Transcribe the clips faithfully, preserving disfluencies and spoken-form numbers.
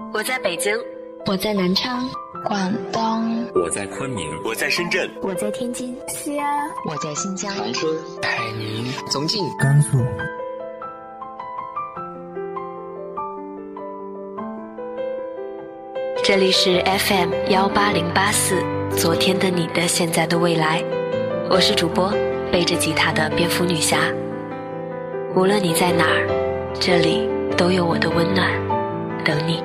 我在北京， 我在南昌， 广东， 我在昆明， 我在深圳， 我在天津， 西安， 我在新疆， 长春， 海宁， 重庆， 甘肃。 这里是 F M 一八零八四，昨天的你的现在的未来，我是主播背着吉他的蝙蝠女侠。无论你在哪儿，这里都有我的温暖等你。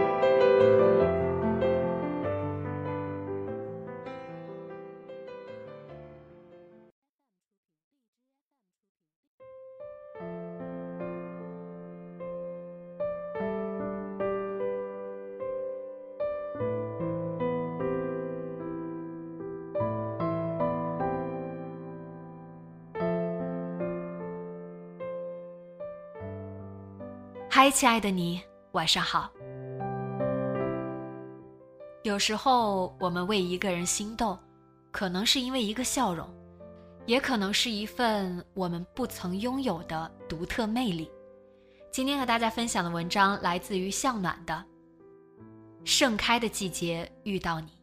嗨，亲爱的你，晚上好。有时候我们为一个人心动，可能是因为一个笑容，也可能是一份我们不曾拥有的独特魅力。今天和大家分享的文章来自于向暖的《盛开的季节遇到你》。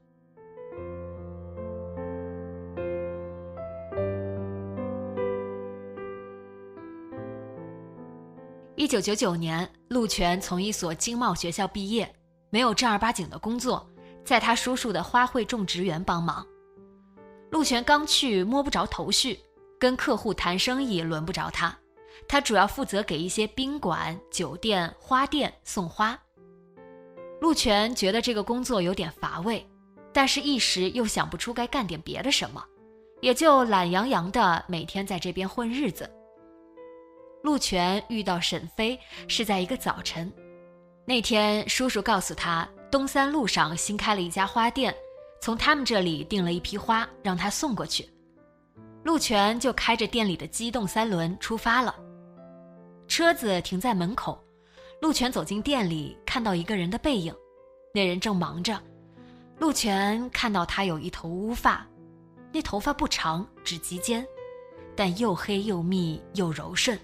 一九九九年，陆泉从一所经贸学校毕业，没有正儿八经的工作，在他叔叔的花卉种植园帮忙。陆泉刚去摸不着头绪，跟客户谈生意轮不着他，他主要负责给一些宾馆、酒店、花店送花。陆泉觉得这个工作有点乏味，但是一时又想不出该干点别的什么，也就懒洋洋的每天在这边混日子。陆泉遇到沈飞是在一个早晨，那天叔叔告诉他东三路上新开了一家花店，从他们这里订了一批花让他送过去。陆泉就开着店里的机动三轮出发了。车子停在门口，陆泉走进店里，看到一个人的背影，那人正忙着。陆泉看到他有一头乌发，那头发不长，只及肩，但又黑又密又柔顺。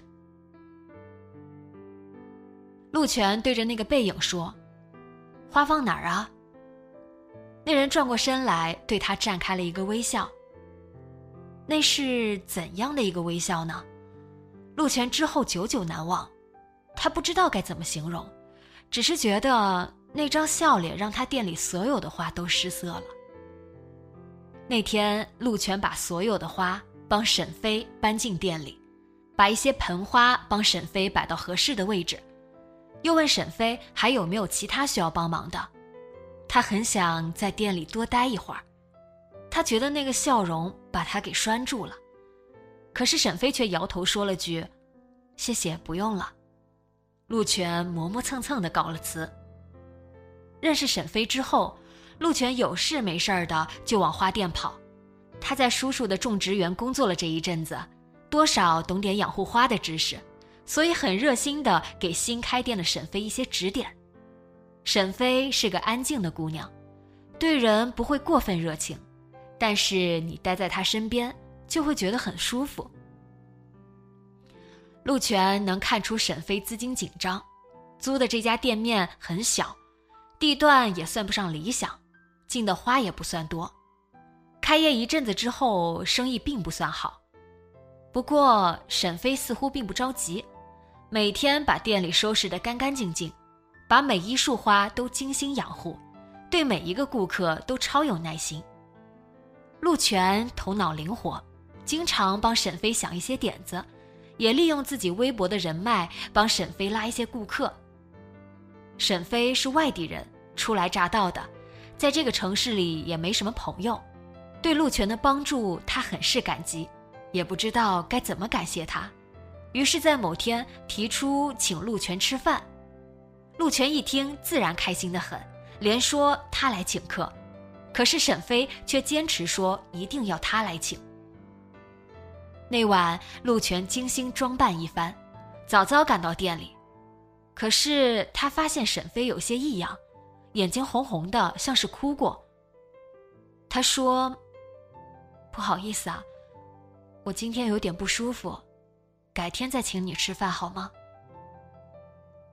陆泉对着那个背影说：“花放哪儿啊？”那人转过身来，对他绽开了一个微笑。那是怎样的一个微笑呢？陆泉之后久久难忘，他不知道该怎么形容，只是觉得那张笑脸让他店里所有的花都失色了。那天，陆泉把所有的花帮沈飞搬进店里，把一些盆花帮沈飞摆到合适的位置，又问沈飞还有没有其他需要帮忙的。他很想在店里多待一会儿，他觉得那个笑容把他给拴住了。可是沈飞却摇头说了句：“谢谢，不用了。”陆泉磨磨蹭蹭地告了辞。认识沈飞之后，陆泉有事没事的就往花店跑。他在叔叔的种植园工作了这一阵子，多少懂点养护花的知识，所以很热心地给新开店的沈飞一些指点。沈飞是个安静的姑娘，对人不会过分热情，但是你待在她身边就会觉得很舒服。陆泉能看出沈飞资金紧张，租的这家店面很小，地段也算不上理想，进的花也不算多。开业一阵子之后，生意并不算好。不过沈飞似乎并不着急，每天把店里收拾得干干净净，把每一束花都精心养护，对每一个顾客都超有耐心。陆泉头脑灵活，经常帮沈飞想一些点子，也利用自己微薄的人脉帮沈飞拉一些顾客。沈飞是外地人，初来乍到的，在这个城市里也没什么朋友，对陆泉的帮助他很是感激，也不知道该怎么感谢他，于是在某天提出请陆泉吃饭。陆泉一听自然开心得很，连说他来请客，可是沈飞却坚持说一定要他来请。那晚陆泉精心装扮一番，早早赶到店里，可是他发现沈飞有些异样，眼睛红红的，像是哭过。他说：“不好意思啊，我今天有点不舒服，改天再请你吃饭好吗？”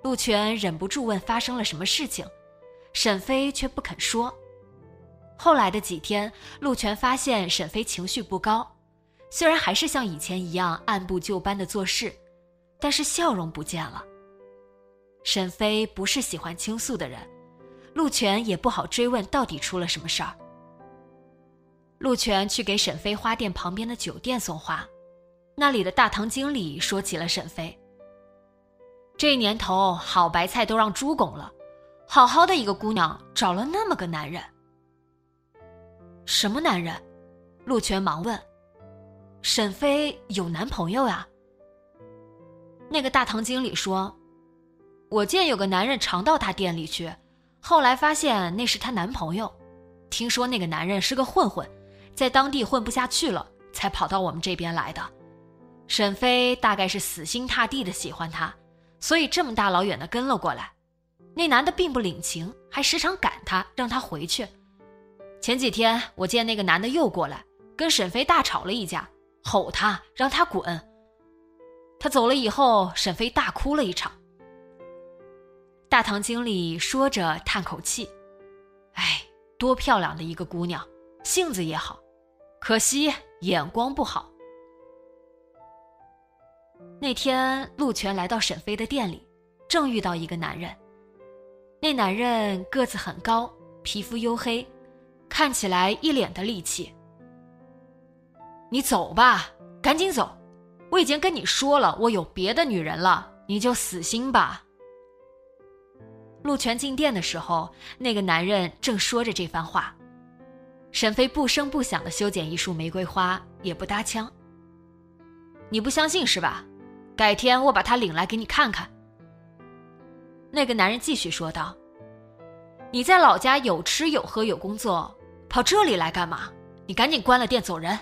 陆泉忍不住问发生了什么事情，沈飞却不肯说。后来的几天，陆泉发现沈飞情绪不高，虽然还是像以前一样按部就班的做事，但是笑容不见了。沈飞不是喜欢倾诉的人，陆泉也不好追问到底出了什么事儿。陆泉去给沈飞花店旁边的酒店送花，那里的大堂经理说起了沈飞。这年头好白菜都让猪拱了，好好的一个姑娘找了那么个男人。什么男人？陆泉忙问。沈飞有男朋友呀？那个大堂经理说，我见有个男人常到她店里去，后来发现那是她男朋友，听说那个男人是个混混，在当地混不下去了，才跑到我们这边来的。沈飞大概是死心塌地的喜欢他，所以这么大老远的跟了过来。那男的并不领情，还时常赶他，让他回去。前几天我见那个男的又过来，跟沈飞大吵了一架，吼他，让他滚。他走了以后，沈飞大哭了一场。大堂经理说着叹口气，哎，多漂亮的一个姑娘，性子也好，可惜眼光不好。那天陆泉来到沈飞的店里，正遇到一个男人。那男人个子很高，皮肤黝黑，看起来一脸的戾气。你走吧，赶紧走，我已经跟你说了，我有别的女人了，你就死心吧。陆泉进店的时候，那个男人正说着这番话。沈飞不声不响地修剪一束玫瑰花，也不搭腔。你不相信是吧？改天我把他领来给你看看。那个男人继续说道，你在老家有吃有喝有工作，跑这里来干嘛？你赶紧关了店走人。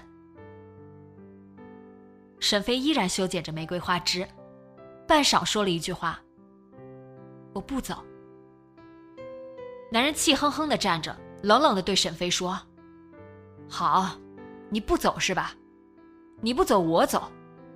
沈飞依然修剪着玫瑰花枝，半晌说了一句话，我不走。男人气哼哼地站着，冷冷地对沈飞说，好，你不走是吧？你不走我走。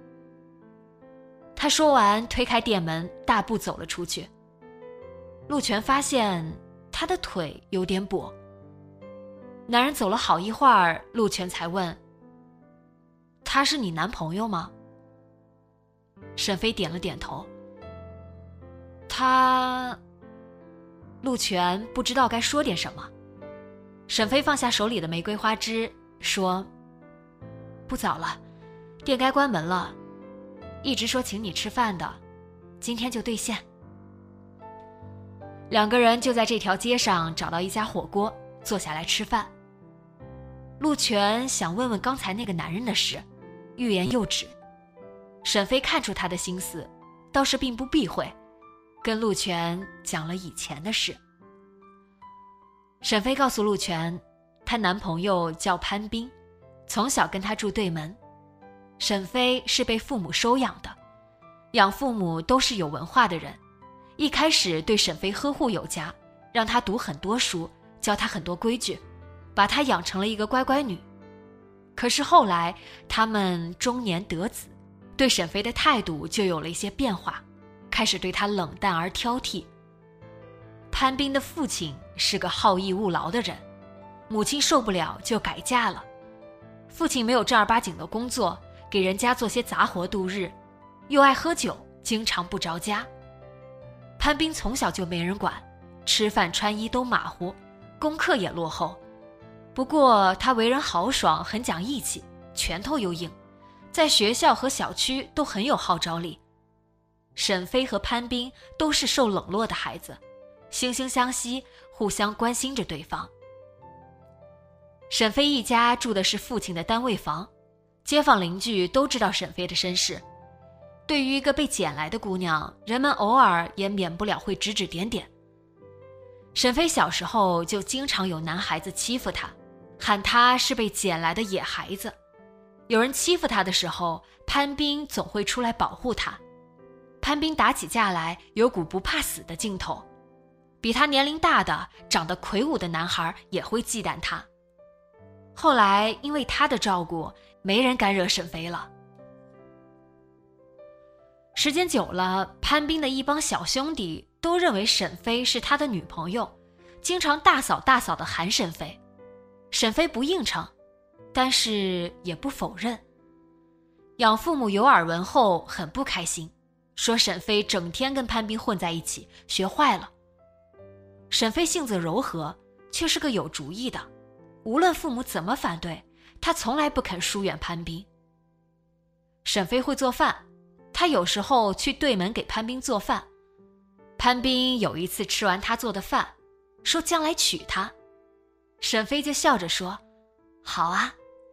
他说完推开店门，大步走了出去。陆泉发现他的腿有点跛。男人走了好一会儿，陆泉才问，他是你男朋友吗？沈飞点了点头。他……陆泉不知道该说点什么。沈飞放下手里的玫瑰花枝，说，不早了，店该关门了，一直说请你吃饭的，今天就兑现。两个人就在这条街上找到一家火锅，坐下来吃饭。陆泉想问问刚才那个男人的事，欲言又止。沈飞看出他的心思，倒是并不避讳，跟陆泉讲了以前的事。沈飞告诉陆泉，她男朋友叫潘斌，从小跟她住对门。沈飞是被父母收养的，养父母都是有文化的人，一开始对沈飞呵护有加，让她读很多书，教她很多规矩，把她养成了一个乖乖女。可是后来他们中年得子，对沈飞的态度就有了一些变化，开始对她冷淡而挑剔。潘斌的父亲是个好逸恶劳的人，母亲受不了就改嫁了。父亲没有正儿八经的工作，给人家做些杂活度日，又爱喝酒，经常不着家。潘斌从小就没人管，吃饭穿衣都马虎，功课也落后。不过他为人豪爽，很讲义气，拳头又硬，在学校和小区都很有号召力。沈飞和潘斌都是受冷落的孩子，惺惺相惜，互相关心着对方。沈飞一家住的是父亲的单位房，街坊邻居都知道沈飞的身世。对于一个被捡来的姑娘，人们偶尔也免不了会指指点点。沈飞小时候就经常有男孩子欺负她，喊她是被捡来的野孩子。有人欺负她的时候，潘斌总会出来保护她。潘斌打起架来有股不怕死的劲头，比他年龄大的长得魁梧的男孩也会忌惮他。后来因为他的照顾，没人敢惹沈飞了。 时间久了，潘斌的一帮小兄弟都认为沈飞是他的女朋友，经常大嫂大嫂的喊沈飞。沈飞不应承，但是也不否认。养父母有耳闻后很不开心，说沈飞整天跟潘斌混在一起，学坏了。沈飞性子柔和，却是个有主意的，无论父母怎么反对，他从来不肯疏远潘斌。沈飞会做饭，他有时候去对门给潘斌做饭。潘斌有一次吃完他做的饭，说将来娶她，沈飞就笑着说好啊。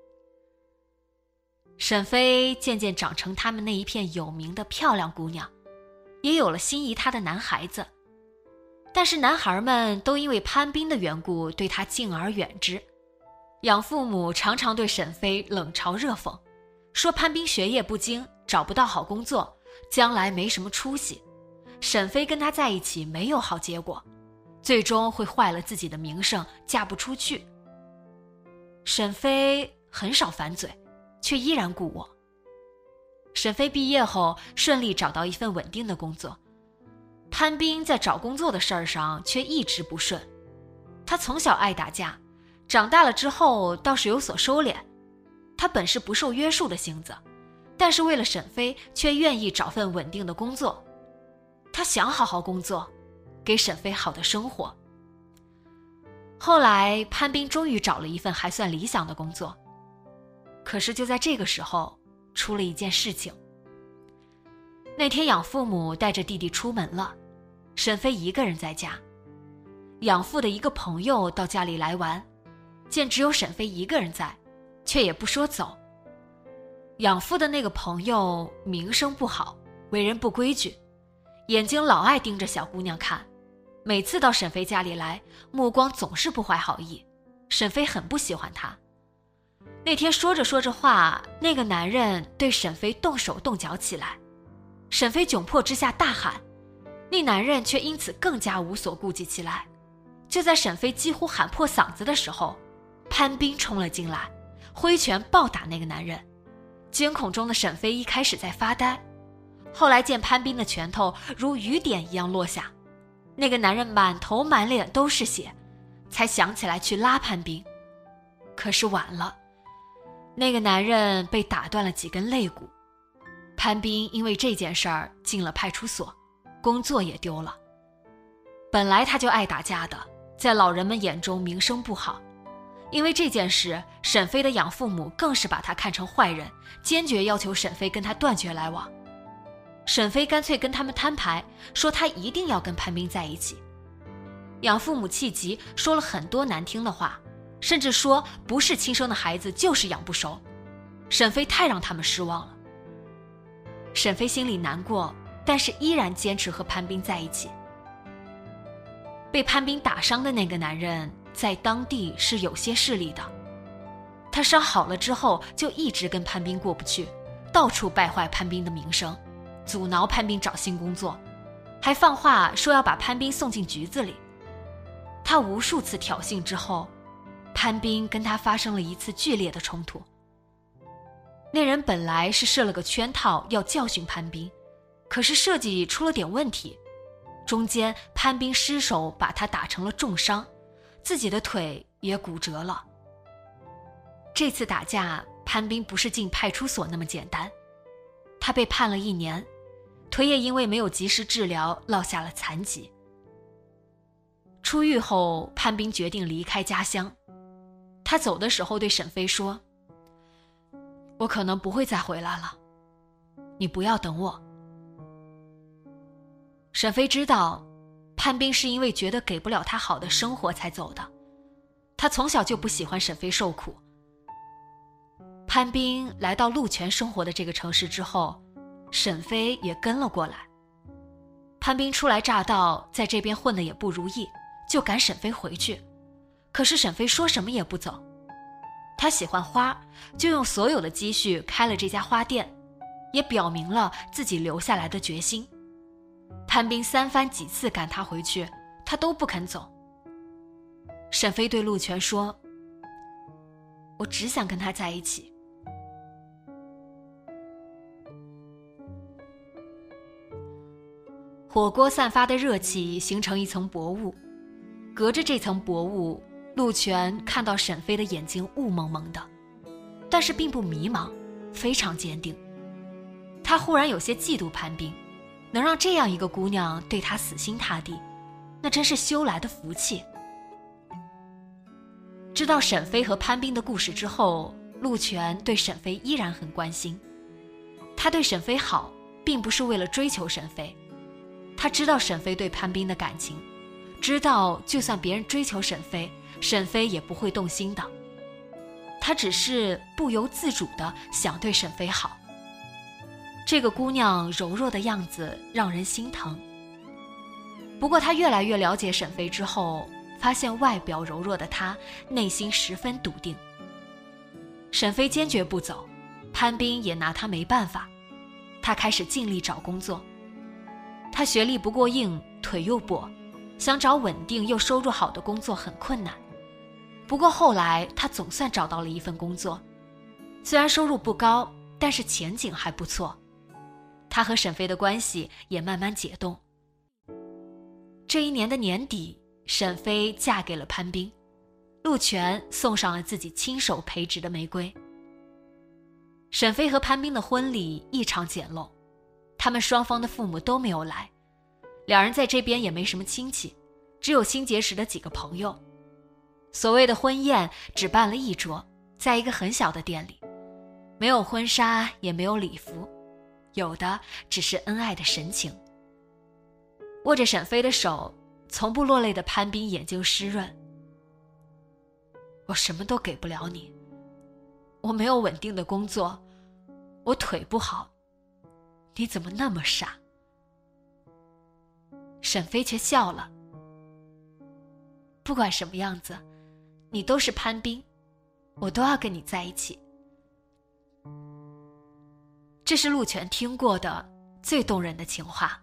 沈飞渐渐长成他们那一片有名的漂亮姑娘，也有了心仪她的男孩子。但是男孩们都因为潘斌的缘故对他敬而远之，养父母常常对沈飞冷嘲热讽，说潘斌学业不精，找不到好工作，将来没什么出息，沈飞跟他在一起没有好结果，最终会坏了自己的名声，嫁不出去。沈飞很少反嘴，却依然顾我。沈飞毕业后顺利找到一份稳定的工作，潘斌在找工作的事儿上却一直不顺。他从小爱打架，长大了之后倒是有所收敛。他本是不受约束的性子，但是为了沈飞却愿意找份稳定的工作。他想好好工作，给沈飞好的生活。后来潘斌终于找了一份还算理想的工作，可是就在这个时候出了一件事情。那天养父母带着弟弟出门了，沈飞一个人在家。养父的一个朋友到家里来玩，见只有沈飞一个人在，却也不说走。养父的那个朋友名声不好，为人不规矩，眼睛老爱盯着小姑娘看，每次到沈飞家里来，目光总是不怀好意，沈飞很不喜欢他。那天说着说着话，那个男人对沈飞动手动脚起来，沈飞窘迫之下大喊，那男人却因此更加无所顾忌起来。就在沈飞几乎喊破嗓子的时候，潘斌冲了进来，挥拳暴打那个男人。监控中的沈飞一开始在发呆，后来见潘斌的拳头如雨点一样落下，那个男人满头满脸都是血，才想起来去拉潘斌。可是晚了，那个男人被打断了几根肋骨。潘斌因为这件事儿进了派出所，工作也丢了。本来他就爱打架的，在老人们眼中名声不好。因为这件事，沈飞的养父母更是把他看成坏人，坚决要求沈飞跟他断绝来往。沈飞干脆跟他们摊牌，说他一定要跟潘斌在一起。养父母气急，说了很多难听的话，甚至说不是亲生的孩子就是养不熟。沈飞太让他们失望了。沈飞心里难过，但是依然坚持和潘斌在一起。被潘斌打伤的那个男人在当地是有些势力的，他伤好了之后就一直跟潘斌过不去，到处败坏潘斌的名声，阻挠潘斌找新工作，还放话说要把潘斌送进局子里。他无数次挑衅之后，潘斌跟他发生了一次剧烈的冲突。那人本来是设了个圈套要教训潘斌，可是设计出了点问题，中间潘斌失手把他打成了重伤，自己的腿也骨折了。这次打架，潘斌不是进派出所那么简单，他被判了一年，腿也因为没有及时治疗落下了残疾。出狱后，潘斌决定离开家乡。他走的时候对沈飞说，我可能不会再回来了，你不要等我。沈飞知道潘斌是因为觉得给不了他好的生活才走的，他从小就不喜欢沈飞受苦。潘斌来到陆泉生活的这个城市之后，沈飞也跟了过来。潘斌初来乍到，在这边混得也不如意，就赶沈飞回去，可是沈飞说什么也不走。他喜欢花，就用所有的积蓄开了这家花店，也表明了自己留下来的决心。潘斌三番几次赶他回去，他都不肯走。沈飞对陆泉说，我只想跟他在一起。 火锅散发的热气形成一层薄雾，隔着这层薄雾，陆泉看到沈飞的眼睛雾蒙蒙的，但是并不迷茫，非常坚定。他忽然有些嫉妒潘冰，能让这样一个姑娘对他死心塌地，那真是修来的福气。知道沈飞和潘冰的故事之后，陆泉对沈飞依然很关心。他对沈飞好，并不是为了追求沈飞，他知道沈飞对潘冰的感情，知道就算别人追求沈飞，沈飞也不会动心的。他只是不由自主地想对沈飞好。这个姑娘柔弱的样子让人心疼。不过他越来越了解沈飞之后，发现外表柔弱的她内心十分笃定。沈飞坚决不走，潘冰也拿他没办法。他开始尽力找工作。他学历不过硬，腿又跛，想找稳定又收入好的工作很困难。不过后来他总算找到了一份工作，虽然收入不高，但是前景还不错。他和沈飞的关系也慢慢解冻。这一年的年底，沈飞嫁给了潘冰，陆泉送上了自己亲手培植的玫瑰。沈飞和潘冰的婚礼异常简陋，他们双方的父母都没有来，两人在这边也没什么亲戚，只有新结识的几个朋友。所谓的婚宴只办了一桌，在一个很小的店里，没有婚纱，也没有礼服，有的只是恩爱的神情。握着沈飞的手，从不落泪的潘冰眼睛湿润。我什么都给不了你，我没有稳定的工作，我腿不好，你怎么那么傻？沈飞却笑了。不管什么样子，你都是潘冰，我都要跟你在一起。这是陆泉听过的最动人的情话。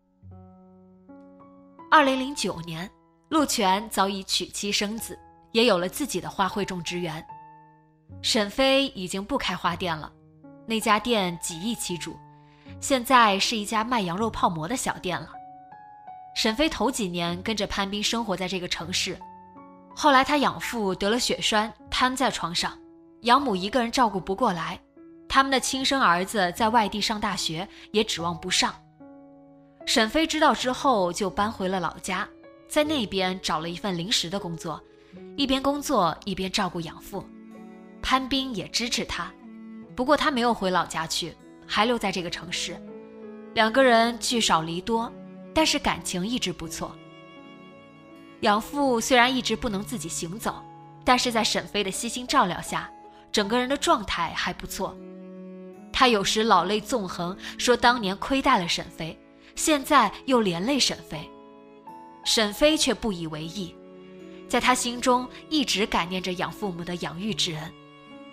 二零零九年，陆泉早已娶妻生子，也有了自己的花卉种植园。沈飞已经不开花店了，那家店几易其主，现在是一家卖羊肉泡馍的小店了。沈飞头几年跟着潘冰生活在这个城市，后来他养父得了血栓，瘫在床上，养母一个人照顾不过来，他们的亲生儿子在外地上大学，也指望不上。沈飞知道之后就搬回了老家，在那边找了一份临时的工作，一边工作一边照顾养父。潘冰也支持他，不过他没有回老家去，还留在这个城市。两个人聚少离多，但是感情一直不错。养父虽然一直不能自己行走，但是在沈飞的悉心照料下，整个人的状态还不错。他有时老泪纵横，说当年亏待了沈飞，现在又连累沈飞。沈飞却不以为意，在他心中一直感念着养父母的养育之恩。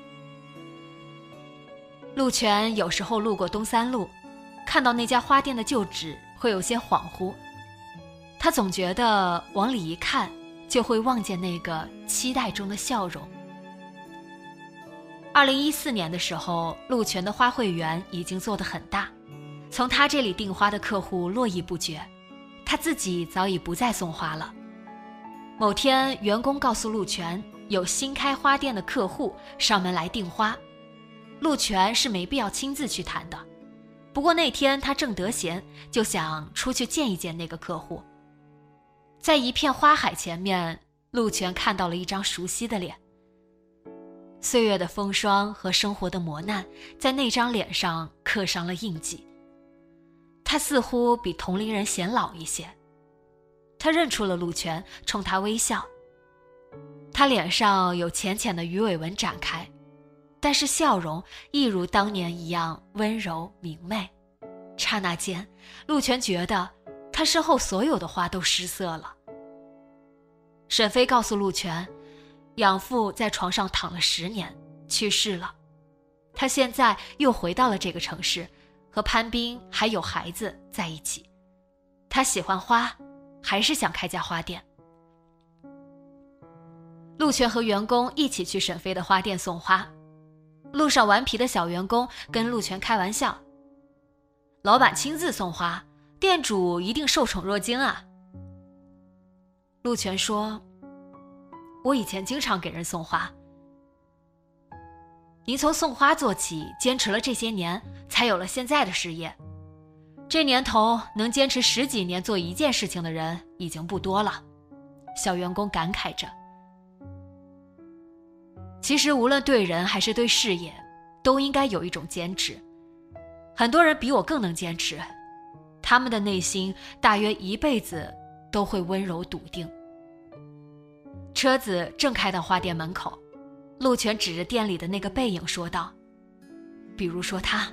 陆泉有时候路过东三路，看到那家花店的旧址会有些恍惚，他总觉得往里一看就会望见那个期待中的笑容。二零一四年的时候，陆泉的花卉园已经做得很大，从他这里订花的客户络绎不绝，他自己早已不再送花了。某天，员工告诉陆泉，有新开花店的客户上门来订花，陆泉是没必要亲自去谈的。不过那天他正得闲，就想出去见一见那个客户。在一片花海前面，陆泉看到了一张熟悉的脸。岁月的风霜和生活的磨难在那张脸上刻上了印记。他似乎比同龄人显老一些。他认出了陆泉，冲他微笑。他脸上有浅浅的鱼尾纹展开，但是笑容一如当年一样温柔明媚。刹那间，陆泉觉得他身后所有的花都失色了。沈飞告诉陆泉，养父在床上躺了十年，去世了。他现在又回到了这个城市，和潘冰还有孩子在一起。他喜欢花，还是想开家花店。陆泉和员工一起去沈飞的花店送花。路上顽皮的小员工跟陆泉开玩笑，老板亲自送花， 店主一定受宠若惊啊。陆泉说，我以前经常给人送花。您从送花做起，坚持了这些年，才有了现在的事业。这年头能坚持十几年做一件事情的人已经不多了，小员工感慨着。其实无论对人还是对事业，都应该有一种坚持。很多人比我更能坚持，他们的内心大约一辈子都会温柔笃定。车子正开到花店门口，陆泉指着店里的那个背影说道，比如说他。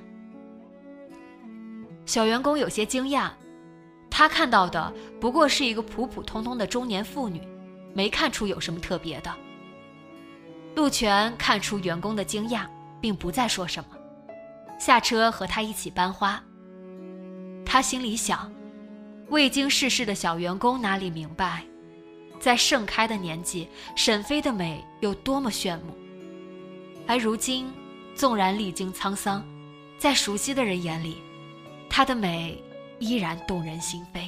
小员工有些惊讶，他看到的不过是一个普普通通的中年妇女，没看出有什么特别的。陆泉看出员工的惊讶，并不再说什么，下车和他一起搬花。他心里想，未经世事的小员工哪里明白，在盛开的年纪，沈飞的美有多么炫目。而如今，纵然历经沧桑，在熟悉的人眼里，她的美依然动人心扉。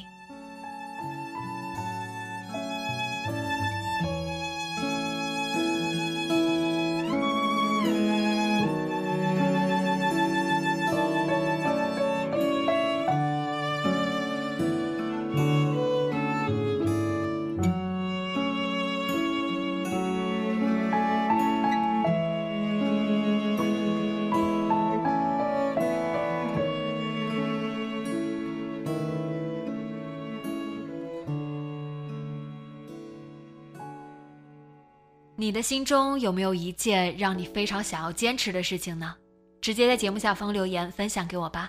你的心中有没有一件让你非常想要坚持的事情呢？直接在节目下方留言分享给我吧。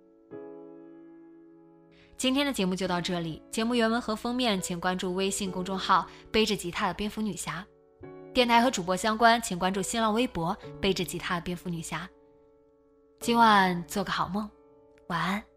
今天的节目就到这里，节目原文和封面请关注微信公众号背着吉他的蝙蝠女侠，电台和主播相关请关注新浪微博背着吉他的蝙蝠女侠。今晚做个好梦，晚安。